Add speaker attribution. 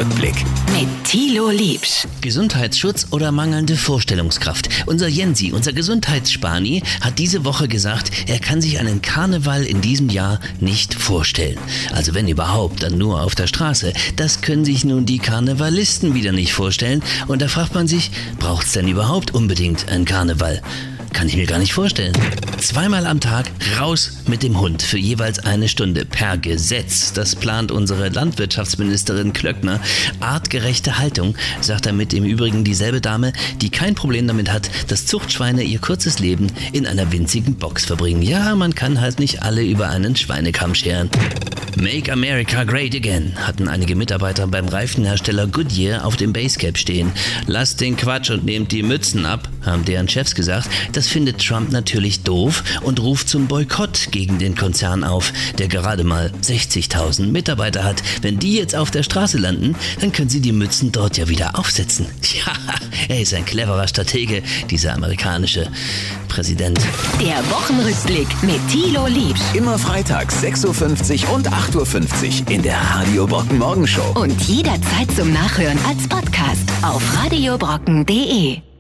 Speaker 1: Wochenrückblick.
Speaker 2: Mit Thilo Liebsch.
Speaker 3: Gesundheitsschutz oder mangelnde Vorstellungskraft? Unser Jensi, unser Gesundheitsspani, hat diese Woche gesagt, er kann sich einen Karneval in diesem Jahr nicht vorstellen. Also wenn überhaupt, dann nur auf der Straße. Das können sich nun die Karnevalisten wieder nicht vorstellen. Und da fragt man sich, braucht's denn überhaupt unbedingt einen Karneval? Kann ich mir gar nicht vorstellen. 2-mal am Tag raus mit dem Hund für jeweils 1 Stunde per Gesetz. Das plant unsere Landwirtschaftsministerin Klöckner. Artgerechte Haltung, sagt damit im Übrigen dieselbe Dame, die kein Problem damit hat, dass Zuchtschweine ihr kurzes Leben in einer winzigen Box verbringen. Ja, man kann halt nicht alle über einen Schweinekamm scheren. Make America Great Again hatten einige Mitarbeiter beim Reifenhersteller Goodyear auf dem Basecap stehen. Lasst den Quatsch und nehmt die Mützen ab, haben deren Chefs gesagt. Das findet Trump natürlich doof und ruft zum Boykott gegen den Konzern auf, der gerade mal 60.000 Mitarbeiter hat. Wenn die jetzt auf der Straße landen, dann können sie die Mützen dort ja wieder aufsetzen. Ja, er ist ein cleverer Stratege, dieser amerikanische Präsident.
Speaker 2: Der Wochenrückblick mit Thilo Liebsch.
Speaker 1: Immer freitags 6.50 Uhr und 8.50 Uhr in der Radio Brocken Morgenshow.
Speaker 2: Und jederzeit zum Nachhören als Podcast auf radiobrocken.de.